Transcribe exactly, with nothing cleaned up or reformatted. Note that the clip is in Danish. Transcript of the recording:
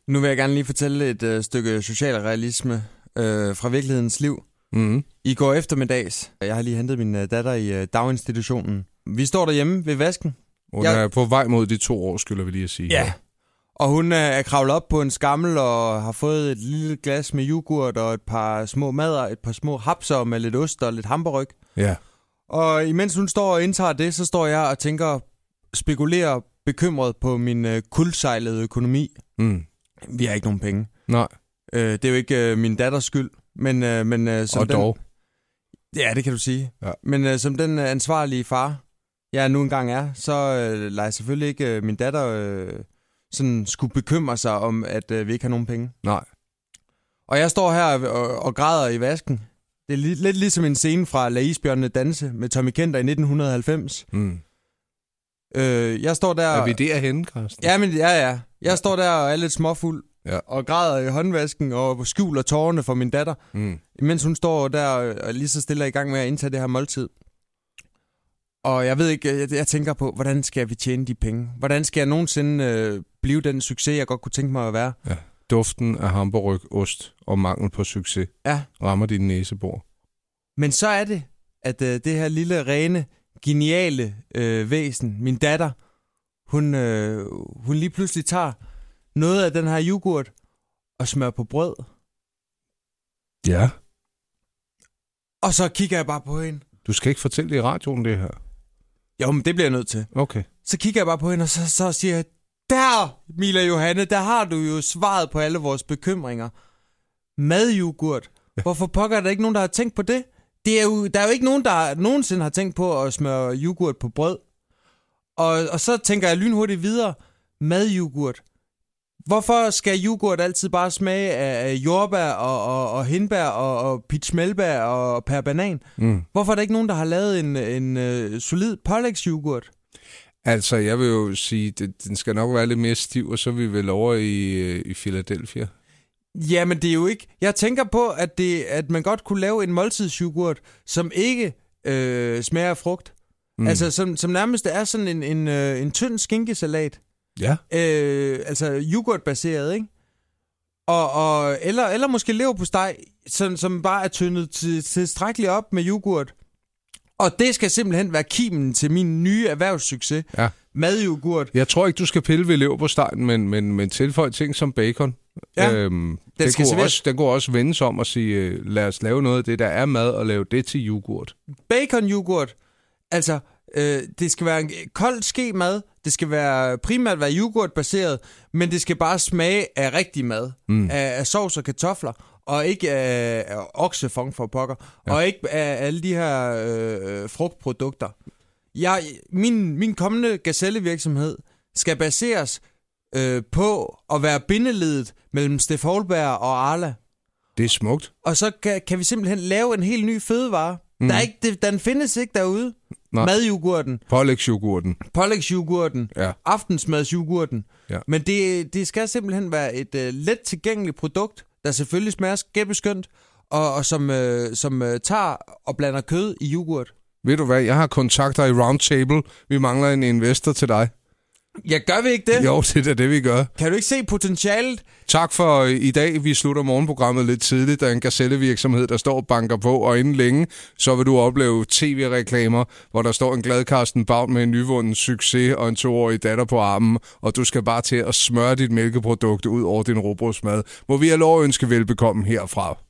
Nu vil jeg gerne lige fortælle et øh, stykke socialrealisme øh, fra virkelighedens liv. Mm. I går eftermiddags. Jeg har lige hentet min øh, datter i øh, daginstitutionen. Vi står derhjemme ved vasken. Hun jeg... er på vej mod de to år, skylder vi lige at sige. Ja, og hun øh, er kravlet op på en skammel og har fået et lille glas med yoghurt og et par små madder, et par små hapser med lidt ost og lidt hamburg. Ja. Og imens hun står og indtager det, så står jeg og tænker, spekulerer bekymret på min øh, kuldsejlede økonomi. Mm. Vi har ikke nogen penge. Nej. Øh, det er jo ikke øh, min datters skyld, men... Øh, men øh, som og den, dog. Ja, det kan du sige. Ja. Men øh, som den øh, ansvarlige far, jeg nu engang er, så øh, lader jeg selvfølgelig ikke øh, min datter øh, sådan skulle bekymre sig om, at øh, vi ikke har nogen penge. Nej. Og jeg står her og, og græder i vasken. Det er li- lidt ligesom en scene fra La Isbjørnene danse med Tommy Kenter i nitten halvfems. Mm. Øh, jeg står der... Er vi derhenne, Carsten? Ja, men ja, ja. Jeg ja. står der og er lidt småfuld. Ja. Og græder i håndvasken og skjuler tårerne for min datter. Mm. Mens hun står der og lige så stille er i gang med at indtage det her måltid. Og jeg ved ikke, jeg, jeg tænker på, hvordan skal vi tjene de penge? Hvordan skal jeg nogensinde øh, blive den succes, jeg godt kunne tænke mig at være? Ja. Duften af hamburg, ost og mangel på succes ja. rammer din næsebor. Men så er det, at øh, det her lille, rene, geniale øh, væsen, min datter, hun, øh, hun lige pludselig tager noget af den her yoghurt og smører på brød. Ja. Og så kigger jeg bare på hende. Du skal ikke fortælle det i radioen, det her. Jo, men det bliver jeg nødt til. Okay. Så kigger jeg bare på hende, og så, så siger jeg, der, Mila Johanne, der har du jo svaret på alle vores bekymringer. Madyoghurt. Hvorfor pokker er der ikke nogen, der har tænkt på det? Det er jo, der er jo ikke nogen, der nogensinde har tænkt på at smøre yoghurt på brød. Og, og så tænker jeg lynhurtigt videre. Madyoghurt. Hvorfor skal yoghurt altid bare smage af jordbær og, og, og hindbær og, og pitchmelbær og per banan? Mm. Hvorfor er der ikke nogen, der har lavet en, en, en uh, solid pålægsyoghurt? Altså, jeg vil jo sige, at den skal nok være lidt mere stiv, og så er vi vel over i, i Philadelphia. Jamen, det er jo ikke... Jeg tænker på, at, det, at man godt kunne lave en måltidsyoghurt, som ikke øh, smager af frugt. Mm. Altså, som, som nærmest er sådan en, en, en tynd skinkesalat. Ja. Øh, altså yoghurtbaseret, ikke? Og, og, eller, eller måske leverpostej, som, som bare er tyndet til, tilstrækkeligt op med yoghurt. Og det skal simpelthen være kimen til min nye erhvervssucces. Ja. Madyoghurt. Jeg tror ikke, du skal pille ved leverpostejen, men, men, men tilføj ting som bacon. Ja. Øhm, den, den, skal kunne også, den kunne også vendes om og sige, lad os lave noget af det, der er mad, og lave det til yoghurt. Bacon-yoghurt. Altså, øh, det skal være en kold skemad. Det skal være primært være yoghurtbaseret, men det skal bare smage af rigtig mad. Mm. Af, af sovs og kartofler. Og ikke af, af oksefong for pokker. Ja. Og ikke af alle de her øh, frugtprodukter. Jeg, min, min kommende gazellevirksomhed skal baseres øh, på at være bindeledet mellem Steff Holberg og Arla. Det er smukt. Og så kan, kan vi simpelthen lave en helt ny fødevare. Mm. Der er ikke, det, den findes ikke derude. Nej. Madyoghurten. Pålægsyoghurten. Pålægsyoghurten. Ja. Aftensmadsyoghurten. Ja. Men det, det skal simpelthen være et uh, let tilgængeligt produkt, der selvfølgelig smager skæppeskønt, og, og som, uh, som uh, tager og blander kød i yoghurt. Ved du hvad, jeg har kontakter i Roundtable. Vi mangler en investor til dig. Ja, gør vi ikke det? Jo, det er det, vi gør. Kan du ikke se potentialet? Tak for i dag. Vi slutter morgenprogrammet lidt tidligt. Der er en gazellevirksomhed, der står og banker på, og inden længe, så vil du opleve tv-reklamer, hvor der står en glad Carsten Baum med en nyvunden succes og en toårig datter på armen, og du skal bare til at smøre dit mælkeprodukt ud over din rugbrødsmad. Må vi have lov at ønske velbekomme herfra.